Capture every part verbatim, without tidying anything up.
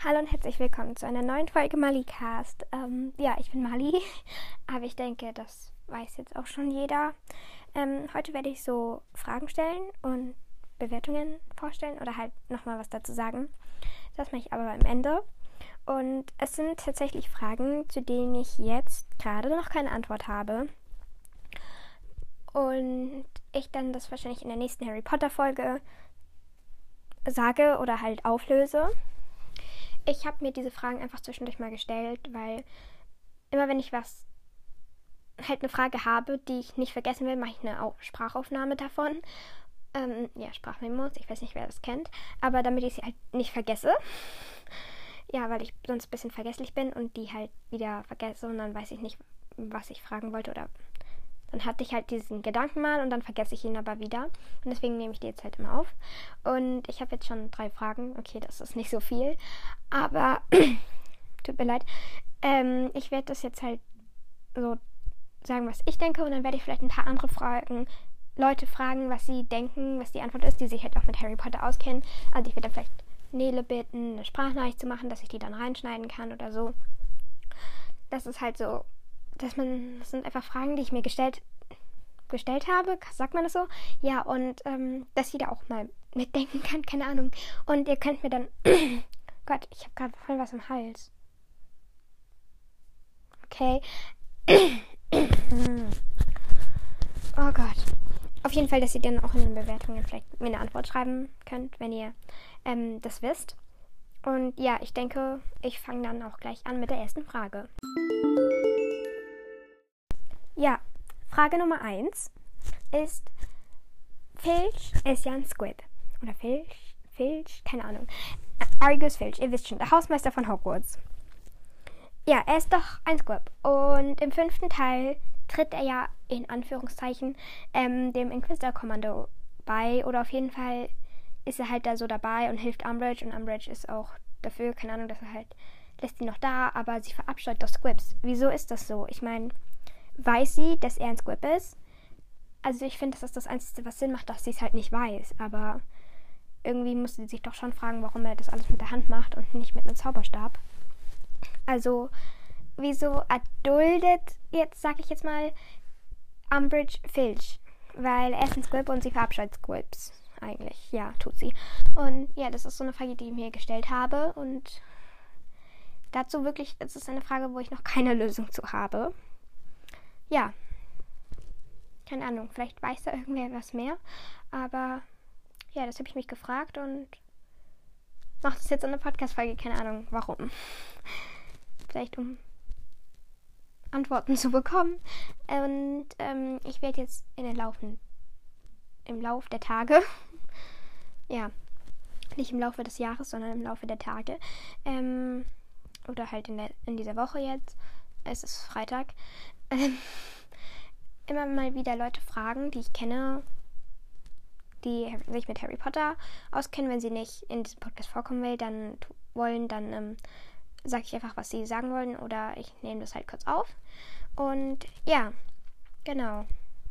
Hallo und herzlich willkommen zu einer neuen Folge Malicast. Ähm, ja, ich bin Mali, aber ich denke, das weiß jetzt auch schon jeder. Ähm, heute werde ich so Fragen stellen und Bewertungen vorstellen oder halt nochmal was dazu sagen. Das mache ich aber am Ende. Und es sind tatsächlich Fragen, zu denen ich jetzt gerade noch keine Antwort habe. Und ich dann das wahrscheinlich in der nächsten Harry Potter Folge sage oder halt auflöse. Ich habe mir diese Fragen einfach zwischendurch mal gestellt, weil immer wenn ich was, halt eine Frage habe, die ich nicht vergessen will, mache ich eine Sprachaufnahme davon. Ähm, ja, Sprachmemos, ich weiß nicht, wer das kennt, aber damit ich sie halt nicht vergesse. Ja, weil ich sonst ein bisschen vergesslich bin und die halt wieder vergesse und dann weiß ich nicht, was ich fragen wollte oder dann hatte ich halt diesen Gedanken mal und dann vergesse ich ihn aber wieder. Und deswegen nehme ich die jetzt halt immer auf. Und ich habe jetzt schon drei Fragen. Okay, das ist nicht so viel. Aber, tut mir leid. Ähm, ich werde das jetzt halt so sagen, was ich denke. Und dann werde ich vielleicht ein paar andere Fragen, Leute fragen, was sie denken, was die Antwort ist, die sich halt auch mit Harry Potter auskennen. Also ich werde dann vielleicht Nele bitten, eine Sprachnachricht zu machen, dass ich die dann reinschneiden kann oder so. Das ist halt so... dass man, das sind einfach Fragen, die ich mir gestellt, gestellt habe, sagt man das so? Ja, und ähm, dass jeder auch mal mitdenken kann, keine Ahnung. Und ihr könnt mir dann, Gott, ich habe gerade voll was im Hals. Okay. Oh Gott. Auf jeden Fall, dass ihr dann auch in den Bewertungen vielleicht mir eine Antwort schreiben könnt, wenn ihr ähm, das wisst. Und ja, ich denke, ich fange dann auch gleich an mit der ersten Frage. Ja, Frage Nummer eins ist, Filch ist ja ein Squib. Oder Filch, Filch, keine Ahnung. Argus Filch, ihr wisst schon, der Hausmeister von Hogwarts. Ja, er ist doch ein Squib. Und im fünften Teil tritt er ja in Anführungszeichen ähm, dem Inquisitor-Kommando bei. Oder auf jeden Fall ist er halt da so dabei und hilft Umbridge. Und Umbridge ist auch dafür, keine Ahnung, dass er halt, lässt ihn noch da, aber sie verabscheut doch Squibs. Wieso ist das so? Ich meine... weiß sie, dass er ein Squib ist? Also ich finde, das ist das Einzige, was Sinn macht, dass sie es halt nicht weiß. Aber irgendwie muss sie sich doch schon fragen, warum er das alles mit der Hand macht und nicht mit einem Zauberstab. Also, wieso erduldet jetzt, sag ich jetzt mal, Umbridge Filch? Weil er ist ein Squib und sie verabscheut Squibs. Eigentlich, ja, tut sie. Und ja, das ist so eine Frage, die ich mir gestellt habe. Und dazu wirklich, das ist eine Frage, wo ich noch keine Lösung zu habe. Ja, keine Ahnung, vielleicht weiß da irgendwer was mehr, aber ja, das habe ich mich gefragt und mache das jetzt in einer Podcast-Folge, keine Ahnung, warum. Vielleicht um Antworten zu bekommen. Und ähm, ich werde jetzt in den Laufen, im Lauf der Tage, ja, nicht im Laufe des Jahres, sondern im Laufe der Tage, ähm, oder halt in, der, in dieser Woche jetzt, es ist Freitag, ähm, immer mal wieder Leute fragen, die ich kenne, die sich mit Harry Potter auskennen. Wenn sie nicht in diesem Podcast vorkommen will, dann wollen, dann ähm, sage ich einfach, was sie sagen wollen oder ich nehme das halt kurz auf. Und ja, genau.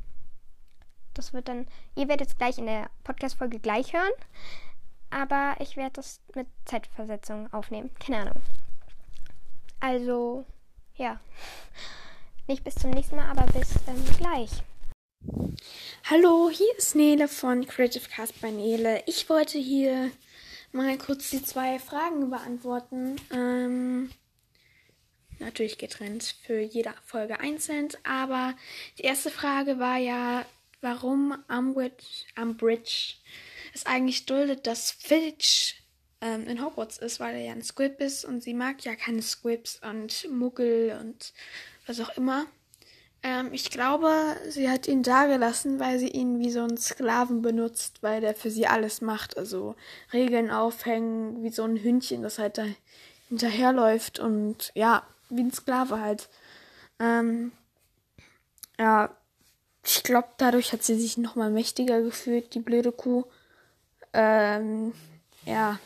Das wird dann, ihr werdet es gleich in der Podcast-Folge gleich hören, aber ich werde das mit Zeitversetzung aufnehmen. Keine Ahnung. Also, ja. Nicht bis zum nächsten Mal, aber bis ähm, gleich. Hallo, hier ist Nele von Creative Cast bei Nele. Ich wollte hier mal kurz die zwei Fragen beantworten. Ähm, natürlich getrennt für jede Folge einzeln, aber die erste Frage war ja, warum Umbridge, Umbridge es eigentlich duldet, dass Filch ähm, in Hogwarts ist, weil er ja ein Squib ist und sie mag ja keine Squibs und Muggel und was auch immer. Ähm, ich glaube, sie hat ihn da gelassen, weil sie ihn wie so einen Sklaven benutzt, weil der für sie alles macht. Also Regeln aufhängen, wie so ein Hündchen, das halt da hinterherläuft und ja, wie ein Sklave halt. Ähm, ja, ich glaube, dadurch hat sie sich nochmal mächtiger gefühlt, die blöde Kuh. Ähm, ja.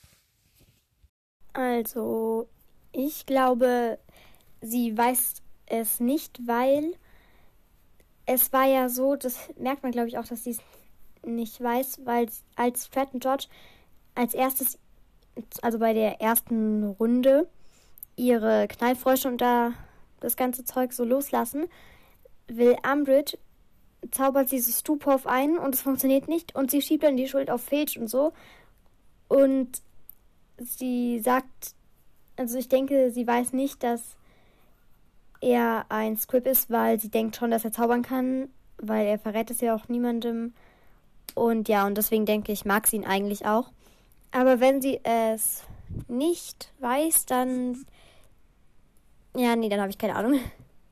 Also, ich glaube, sie weiß es nicht, weil es war ja so, das merkt man, glaube ich, auch, dass sie es nicht weiß, weil als Fred und George als erstes also bei der ersten Runde, ihre Knallfrösche und da das ganze Zeug so loslassen, will Umbridge, zaubert sie so Stupor ein und es funktioniert nicht und sie schiebt dann die Schuld auf Filch und so. Und sie sagt, also ich denke, sie weiß nicht, dass er ein Squib ist, weil sie denkt schon, dass er zaubern kann, weil er verrät es ja auch niemandem. Und ja, und deswegen denke ich, mag sie ihn eigentlich auch. Aber wenn sie es nicht weiß, dann... Ja, nee, dann habe ich keine Ahnung.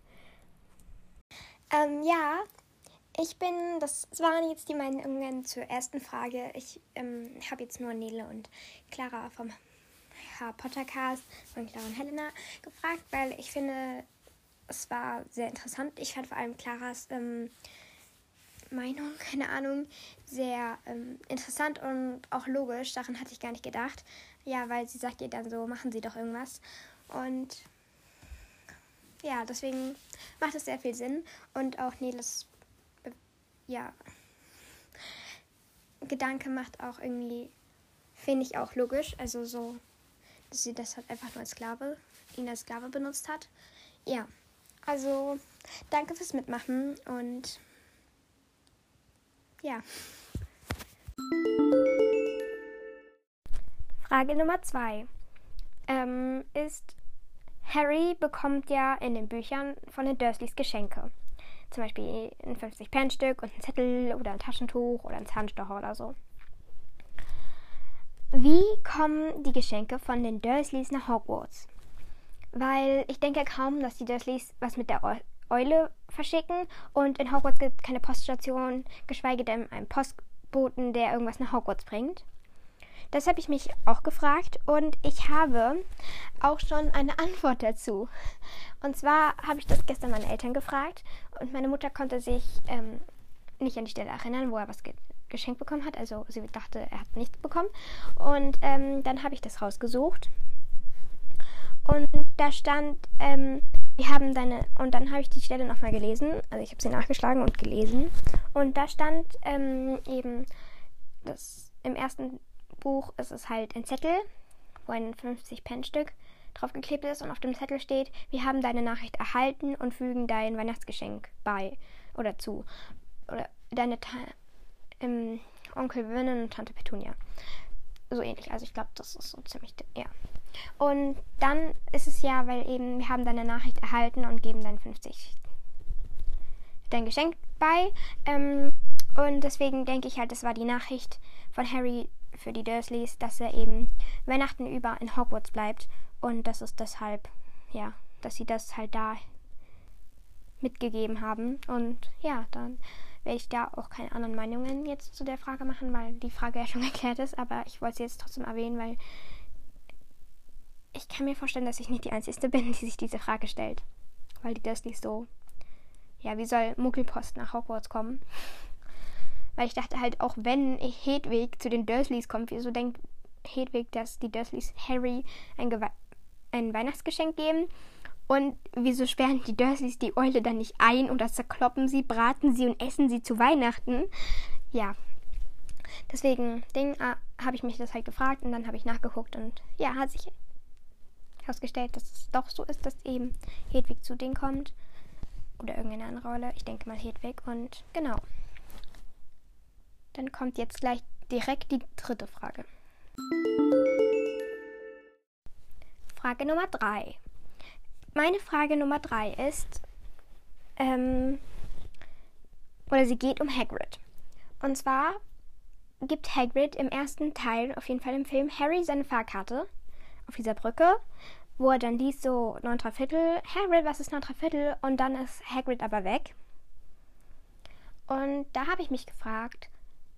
Ähm, ja, ich bin, das waren jetzt die Meinungen zur ersten Frage. Ich ähm, habe jetzt nur Nele und Clara vom Harry Potter Cast, von Clara und Helena, gefragt, weil ich finde, es war sehr interessant. Ich fand vor allem Claras ähm, Meinung, keine Ahnung, sehr ähm, interessant und auch logisch. Daran hatte ich gar nicht gedacht. Ja, weil sie sagt ihr dann so, machen Sie doch irgendwas. Und ja, deswegen macht es sehr viel Sinn. Und auch Neles äh, ja, Gedanke macht auch irgendwie, finde ich auch logisch. Also so, dass sie das halt einfach nur als Sklave, ihn als Sklave benutzt hat. Ja, also danke fürs Mitmachen und ja. Frage Nummer zwei ähm, ist, Harry bekommt ja in den Büchern von den Dursleys Geschenke. Zum Beispiel ein fünfzig-Pence-Stück und ein Zettel oder ein Taschentuch oder ein Zahnstocher oder so. Wie kommen die Geschenke von den Dursleys nach Hogwarts? Weil ich denke kaum, dass die Dursleys was mit der Eule verschicken und in Hogwarts gibt es keine Poststation, geschweige denn einen Postboten, der irgendwas nach Hogwarts bringt. Das habe ich mich auch gefragt und ich habe auch schon eine Antwort dazu. Und zwar habe ich das gestern meine Eltern gefragt und meine Mutter konnte sich ähm, nicht an die Stelle erinnern, wo er was ge- geschenkt bekommen hat. Also sie dachte, er hat nichts bekommen. Und ähm, dann habe ich das rausgesucht. Und da stand, ähm, wir haben deine, und dann habe ich die Stelle nochmal gelesen, also ich habe sie nachgeschlagen und gelesen. Und da stand ähm, eben, das im ersten Buch ist es halt ein Zettel, wo ein fünfzig-Pence-Stück draufgeklebt ist und auf dem Zettel steht, wir haben deine Nachricht erhalten und fügen dein Weihnachtsgeschenk bei oder zu. Oder deine Ta- ähm, Onkel Vernon und Tante Petunia. So ähnlich, also ich glaube, das ist so ziemlich, ja. Und dann ist es ja, weil eben, wir haben deine Nachricht erhalten und geben dein fünfzig, dein Geschenk bei. Ähm, und deswegen denke ich halt, das war die Nachricht von Harry für die Dursleys, dass er eben Weihnachten über in Hogwarts bleibt. Und das ist deshalb, ja, dass sie das halt da mitgegeben haben. Und ja, dann werde ich da auch keine anderen Meinungen jetzt zu der Frage machen, weil die Frage ja schon geklärt ist. Aber ich wollte sie jetzt trotzdem erwähnen, weil ich kann mir vorstellen, dass ich nicht die Einzige bin, die sich diese Frage stellt. Weil die Dursleys so, ja, wie soll Muggelpost nach Hogwarts kommen? Weil ich dachte halt, auch wenn Hedwig zu den Dursleys kommt, wieso denkt Hedwig, dass die Dursleys Harry ein, Gewe- ein Weihnachtsgeschenk geben? Und wieso sperren die Dursleys die Eule dann nicht ein oder zerkloppen sie, braten sie und essen sie zu Weihnachten? Ja, deswegen Ding, ah, habe ich mich das halt gefragt und dann habe ich nachgeguckt und ja, hat sich herausgestellt, dass es doch so ist, dass eben Hedwig zu denen kommt. Oder irgendeine andere Rolle. Ich denke mal Hedwig und genau. Dann kommt jetzt gleich direkt die dritte Frage. Frage Nummer drei. Meine Frage Nummer drei ist, ähm, oder sie geht um Hagrid. Und zwar gibt Hagrid im ersten Teil, auf jeden Fall im Film, Harry seine Fahrkarte auf dieser Brücke, wo er dann liest so neun drei Viertel, Hagrid, was ist neun drei Viertel? Und dann ist Hagrid aber weg. Und da habe ich mich gefragt,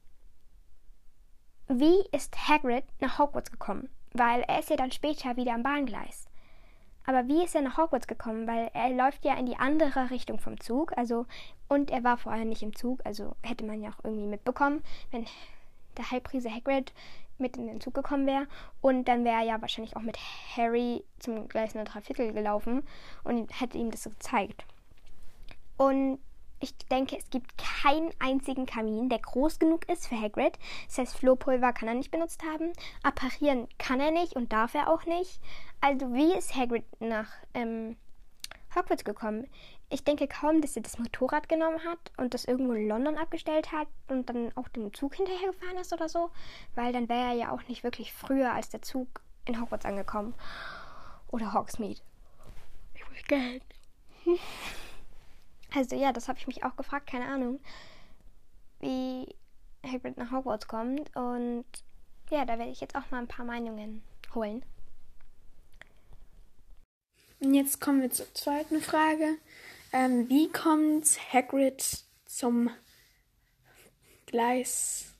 wie ist Hagrid nach Hogwarts gekommen? Weil er ist ja dann später wieder am Bahngleis. Aber wie ist er nach Hogwarts gekommen? Weil er läuft ja in die andere Richtung vom Zug. Also, und er war vorher nicht im Zug. Also hätte man ja auch irgendwie mitbekommen, wenn der Halbriese Hagrid mit in den Zug gekommen wäre. Und dann wäre er ja wahrscheinlich auch mit Harry zum Gleis neun drei Viertel gelaufen und hätte ihm das so gezeigt. Und Ich denke, es gibt keinen einzigen Kamin, der groß genug ist für Hagrid. Das heißt, Flohpulver kann er nicht benutzt haben. Apparieren kann er nicht und darf er auch nicht. Also wie ist Hagrid nach ähm, Hogwarts gekommen? Ich denke kaum, dass er das Motorrad genommen hat und das irgendwo in London abgestellt hat und dann auch dem Zug hinterhergefahren ist oder so. Weil dann wäre er ja auch nicht wirklich früher als der Zug in Hogwarts angekommen. Oder Hogsmeade. Ich muss Geld. Also ja, das habe ich mich auch gefragt, keine Ahnung, wie Hagrid nach Hogwarts kommt. Und ja, da werde ich jetzt auch mal ein paar Meinungen holen. Und jetzt kommen wir zur zweiten Frage. Ähm, wie kommt Hagrid zum Gleis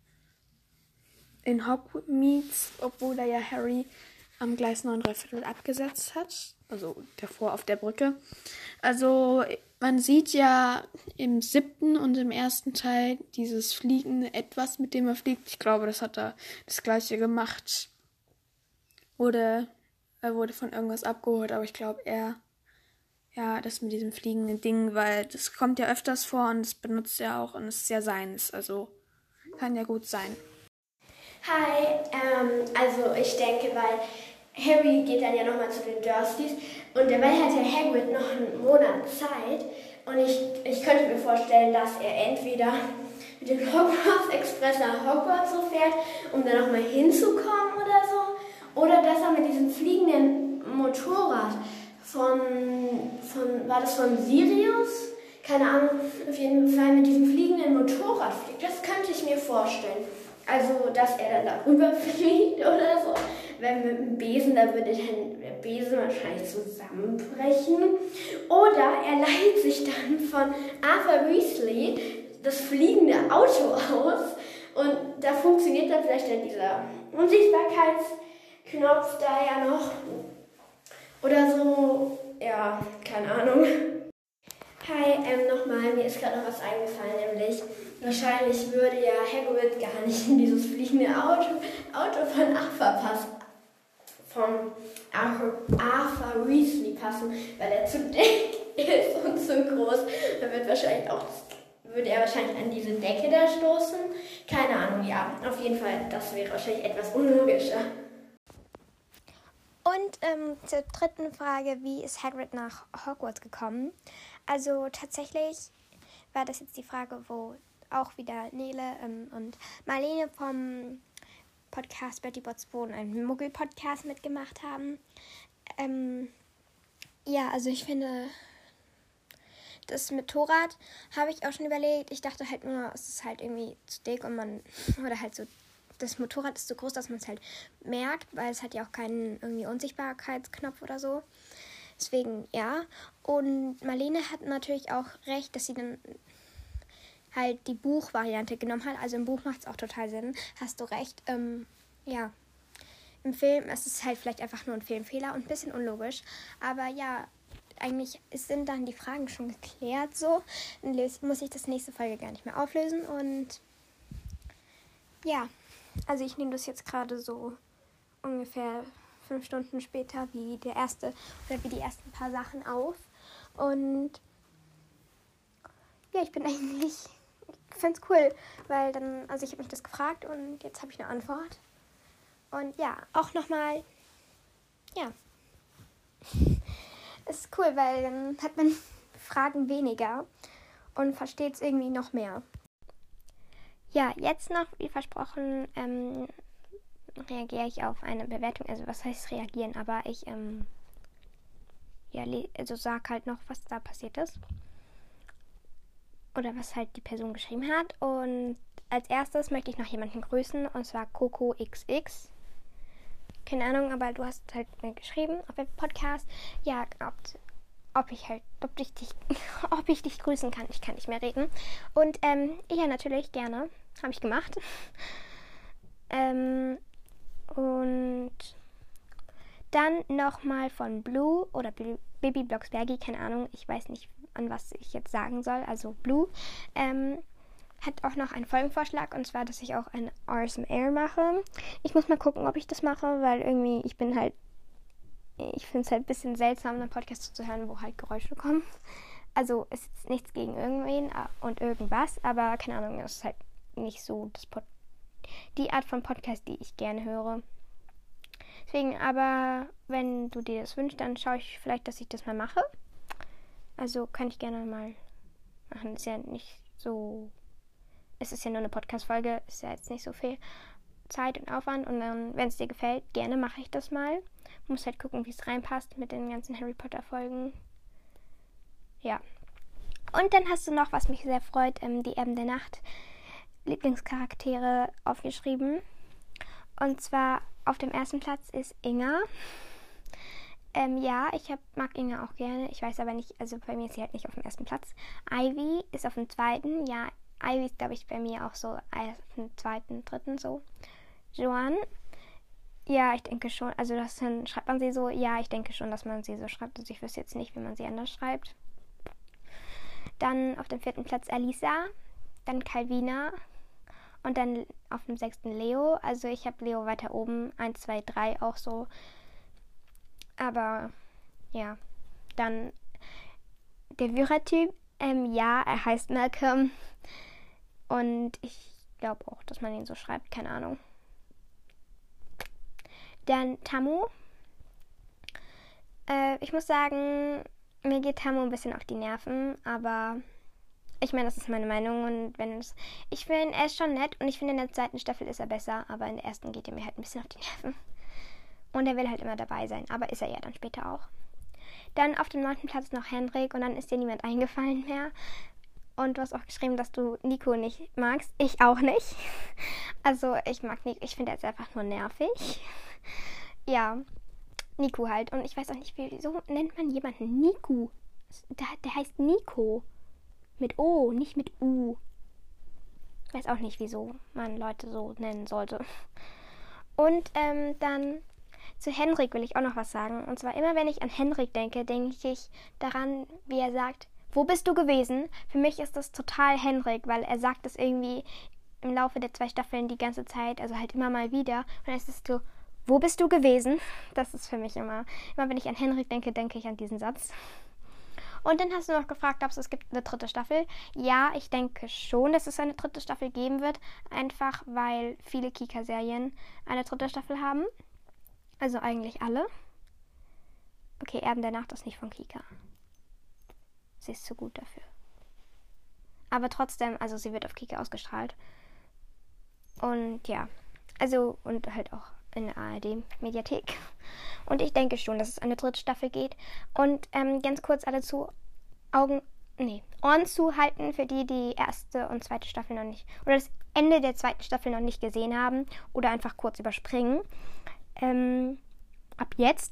in Hogsmeade, obwohl er ja Harry am Gleis neun drei Viertel abgesetzt hat? Also davor auf der Brücke. Also man sieht ja im siebten und im ersten Teil dieses fliegende Etwas, mit dem er fliegt. Ich glaube, das hat er das gleiche gemacht. Oder er wurde von irgendwas abgeholt, aber ich glaube, er, ja, das mit diesem fliegenden Ding, weil das kommt ja öfters vor und das benutzt er auch und es ist ja seins. Also kann ja gut sein. Hi, ähm, also ich denke, weil Harry geht dann ja nochmal zu den Dursleys und dabei hat ja Hagrid noch einen Monat Zeit und ich, ich könnte mir vorstellen, dass er entweder mit dem Hogwarts Express nach Hogwarts so fährt, um da nochmal hinzukommen oder so, oder dass er mit diesem fliegenden Motorrad von, von, war das von Sirius? Keine Ahnung, auf jeden Fall mit diesem fliegenden Motorrad fliegt. Das könnte ich mir vorstellen. Also, dass er dann darüber fliegt oder so. Weil mit dem Besen, da würde dann der Besen wahrscheinlich zusammenbrechen. Oder er leiht sich dann von Arthur Weasley das fliegende Auto aus. Und da funktioniert dann vielleicht dann dieser Unsichtbarkeitsknopf da ja noch. Oder so, ja, keine Ahnung. Hi, ähm, nochmal, mir ist gerade noch was eingefallen, nämlich wahrscheinlich würde ja Hagrid gar nicht in dieses fliegende Auto, Auto von Arthur passen, von Arthur, Arthur Weasley passen, weil er zu dick ist und zu groß. Da wird wahrscheinlich auch, würde er wahrscheinlich an diese Decke da stoßen. Keine Ahnung, ja, auf jeden Fall, das wäre wahrscheinlich etwas unlogischer. Und ähm, zur dritten Frage, wie ist Hagrid nach Hogwarts gekommen? Also tatsächlich war das jetzt die Frage, wo auch wieder Nele ähm, und Marlene vom Podcast Betty Bots Boden, einen Muggel-Podcast mitgemacht haben. Ähm, ja, also ich finde, das Motorrad habe ich auch schon überlegt. Ich dachte halt nur, es ist halt irgendwie zu dick und man, oder halt so, das Motorrad ist so groß, dass man es halt merkt, weil es hat ja auch keinen irgendwie Unsichtbarkeitsknopf oder so. Deswegen, ja. Und Marlene hat natürlich auch recht, dass sie dann halt die Buchvariante genommen hat. Also im Buch macht es auch total Sinn. Hast du recht. Ähm, ja, im Film ist es halt vielleicht einfach nur ein Filmfehler und ein bisschen unlogisch. Aber ja, eigentlich sind dann die Fragen schon geklärt so. Dann muss ich das nächste Folge gar nicht mehr auflösen. Und ja, also ich nehme das jetzt gerade so ungefähr fünf Stunden später wie der erste oder wie die ersten paar Sachen auf. Und ja, ich bin eigentlich, ich finde es cool, weil dann, also ich habe mich das gefragt und jetzt habe ich eine Antwort. Und ja, auch nochmal, ja, es ist cool, weil dann hat man Fragen weniger und versteht es irgendwie noch mehr. Ja, jetzt noch, wie versprochen, ähm, reagiere ich auf eine Bewertung, also was heißt reagieren, aber ich ähm, ja, also sag halt noch, was da passiert ist oder was halt die Person geschrieben hat. Und als erstes möchte ich noch jemanden grüßen, und zwar Coco X X. Keine Ahnung, aber du hast halt geschrieben auf dem Podcast, ja, ob, ob ich halt, ob ich dich, ob ich dich grüßen kann. Ich kann nicht mehr reden. Und ähm, ja, natürlich, gerne. Habe ich gemacht. ähm, Und dann nochmal von Blue oder Baby Blocksbergi, keine Ahnung, ich weiß nicht, an was ich jetzt sagen soll, also Blue, ähm, hat auch noch einen Folgenvorschlag, und zwar, dass ich auch ein A S M R mache. Ich muss mal gucken, ob ich das mache, weil irgendwie, ich bin halt, ich finde es halt ein bisschen seltsam, einen Podcast zuzuhören, wo halt Geräusche kommen. also es ist nichts gegen irgendwen und irgendwas, aber keine Ahnung, es ist halt nicht so das Pod- die Art von Podcast, die ich gerne höre. Deswegen, aber wenn du dir das wünschst, dann schaue ich vielleicht, dass ich das mal mache. Also kann ich gerne mal machen. Ist ja nicht so, es ist ja nur eine Podcast-Folge, ist ja jetzt nicht so viel Zeit und Aufwand. Und dann, wenn es dir gefällt, gerne mache ich das mal. Muss halt gucken, wie es reinpasst mit den ganzen Harry Potter-Folgen. Ja. Und dann hast du noch, was mich sehr freut, ähm, die Erben der Nacht Lieblingscharaktere aufgeschrieben. Und zwar auf dem ersten Platz ist Inga. Ähm, ja, ich hab, mag Inga auch gerne. Ich weiß aber nicht, also bei mir ist sie halt nicht auf dem ersten Platz. Ivy ist auf dem zweiten. Ja, Ivy ist, glaube ich, bei mir auch so auf dem zweiten, dritten so. Joanne. Ja, ich denke schon. Also das dann schreibt man sie so. Ja, ich denke schon, dass man sie so schreibt. Also ich wüsste jetzt nicht, wie man sie anders schreibt. Dann auf dem vierten Platz Alisa. Dann Calvina. Und dann auf dem sechsten Leo. Also ich habe Leo weiter oben. eins, zwei, drei auch so. Aber ja. Dann der Vyra-Typ. Ähm, ja, er heißt Malcolm. Und ich glaube auch, dass man ihn so schreibt. Keine Ahnung. Dann Tamu. Äh, ich muss sagen, mir geht Tamu ein bisschen auf die Nerven. Aber ich meine, das ist meine Meinung. Und wenn es, ich finde, er ist schon nett. Und ich finde, in der zweiten Staffel ist er besser. Aber in der ersten geht er mir halt ein bisschen auf die Nerven. Und er will halt immer dabei sein. Aber ist er ja dann später auch. Dann auf dem neunten Platz noch Henrik. Und dann ist dir niemand eingefallen mehr. Und du hast auch geschrieben, dass du Nico nicht magst. Ich auch nicht. Also ich mag Nico. Ich finde, er ist einfach nur nervig. Ja, Nico halt. Und ich weiß auch nicht, wieso nennt man jemanden Nico? Der, der heißt Nico. Mit O, nicht mit U. Ich weiß auch nicht, wieso man Leute so nennen sollte. Und ähm, dann zu Henrik will ich auch noch was sagen. Und zwar immer, wenn ich an Henrik denke, denke ich daran, wie er sagt, wo bist du gewesen? Für mich ist das total Henrik, weil er sagt das irgendwie im Laufe der zwei Staffeln die ganze Zeit, also halt immer mal wieder. Und dann ist es so, wo bist du gewesen? Das ist für mich immer, immer wenn ich an Henrik denke, denke ich an diesen Satz. Und dann hast du noch gefragt, ob es gibt eine dritte Staffel. Ja, ich denke schon, dass es eine dritte Staffel geben wird. Einfach, weil viele Kika-Serien eine dritte Staffel haben. Also eigentlich alle. Okay, Erben der Nacht ist nicht von Kika. Sie ist zu gut dafür. Aber trotzdem, also sie wird auf Kika ausgestrahlt. Und ja, also und halt auch in der A R D-Mediathek. Und ich denke schon, dass es eine dritte Staffel geht. Und ähm, ganz kurz alle zu Augen, nee, Ohren zuhalten für die, die erste und zweite Staffel noch nicht, oder das Ende der zweiten Staffel noch nicht gesehen haben oder einfach kurz überspringen. Ähm, ab jetzt.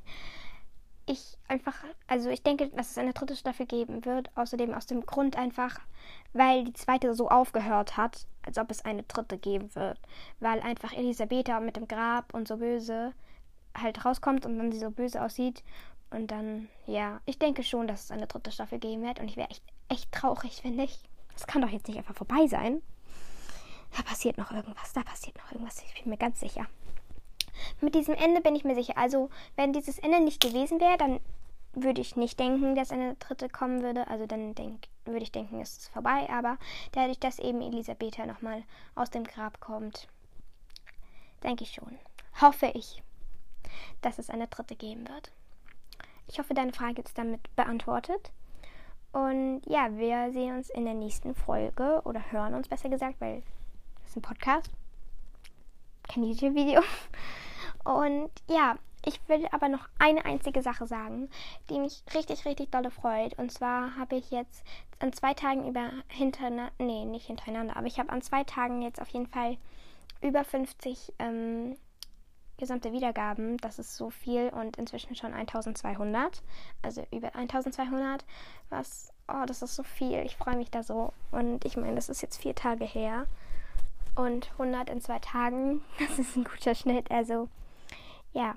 Ich einfach, also ich denke, dass es eine dritte Staffel geben wird. Außerdem aus dem Grund einfach, weil die zweite so aufgehört hat, als ob es eine dritte geben wird. Weil einfach Elisabetta mit dem Grab und so böse halt rauskommt und dann sie so böse aussieht. Und dann, ja, ich denke schon, dass es eine dritte Staffel geben wird. Und ich wäre echt, echt traurig, finde ich. Das kann doch jetzt nicht einfach vorbei sein. Da passiert noch irgendwas, da passiert noch irgendwas. Ich bin mir ganz sicher. Mit diesem Ende bin ich mir sicher. Also, wenn dieses Ende nicht gewesen wäre, dann würde ich nicht denken, dass eine dritte kommen würde. Also, dann denk, würde ich denken, es ist vorbei. Aber dadurch, dass eben Elisabetta nochmal aus dem Grab kommt, denke ich schon. Hoffe ich, dass es eine dritte geben wird. Ich hoffe, deine Frage ist damit beantwortet. Und ja, wir sehen uns in der nächsten Folge. Oder hören uns, besser gesagt, weil das ist ein Podcast. Kein YouTube-Video. Und ja, ich will aber noch eine einzige Sache sagen, die mich richtig, richtig dolle freut. Und zwar habe ich jetzt an zwei Tagen über hintereinander, nee, nicht hintereinander, aber ich habe an zwei Tagen jetzt auf jeden Fall über fünfzig ähm, gesamte Wiedergaben. Das ist so viel und inzwischen schon eintausendzweihundert. Also über eintausendzweihundert. Was, oh, das ist so viel. Ich freue mich da so. Und ich meine, das ist jetzt vier Tage her. Und hundert in zwei Tagen, das ist ein guter Schnitt. Also, ja.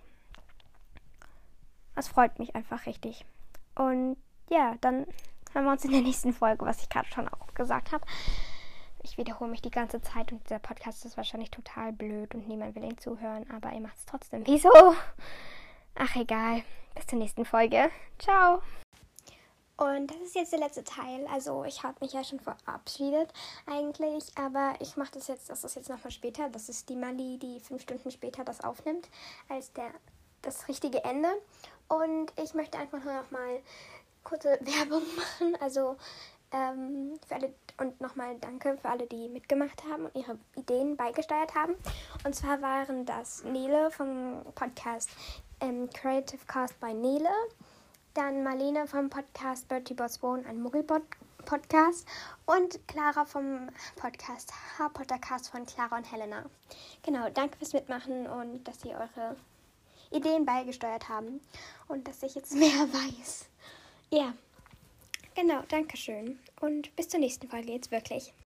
Das freut mich einfach richtig. Und ja, dann hören wir uns in der nächsten Folge, was ich gerade schon auch gesagt habe. Ich wiederhole mich die ganze Zeit und dieser Podcast ist wahrscheinlich total blöd und niemand will ihn zuhören, aber ihr macht es trotzdem. Wieso? Ach, egal. Bis zur nächsten Folge. Ciao. Und das ist jetzt der letzte Teil. Also ich habe mich ja schon verabschiedet eigentlich, aber ich mache das jetzt, das ist jetzt nochmal später. Das ist die Mali, die fünf Stunden später das aufnimmt, als der, das richtige Ende. Und ich möchte einfach nur nochmal kurze Werbung machen. Also ähm, für alle, und nochmal danke für alle, die mitgemacht haben und ihre Ideen beigesteuert haben. Und zwar waren das Nele vom Podcast ähm, Creative Cast by Nele, dann Marlene vom Podcast Bertie Boss Wohn, ein Muggel-Podcast, und Clara vom Podcast H-Pottercast von Clara und Helena. Genau, danke fürs Mitmachen und dass ihr eure Ideen beigesteuert haben und dass ich jetzt mehr weiß. Ja, genau, danke schön und bis zur nächsten Folge jetzt wirklich.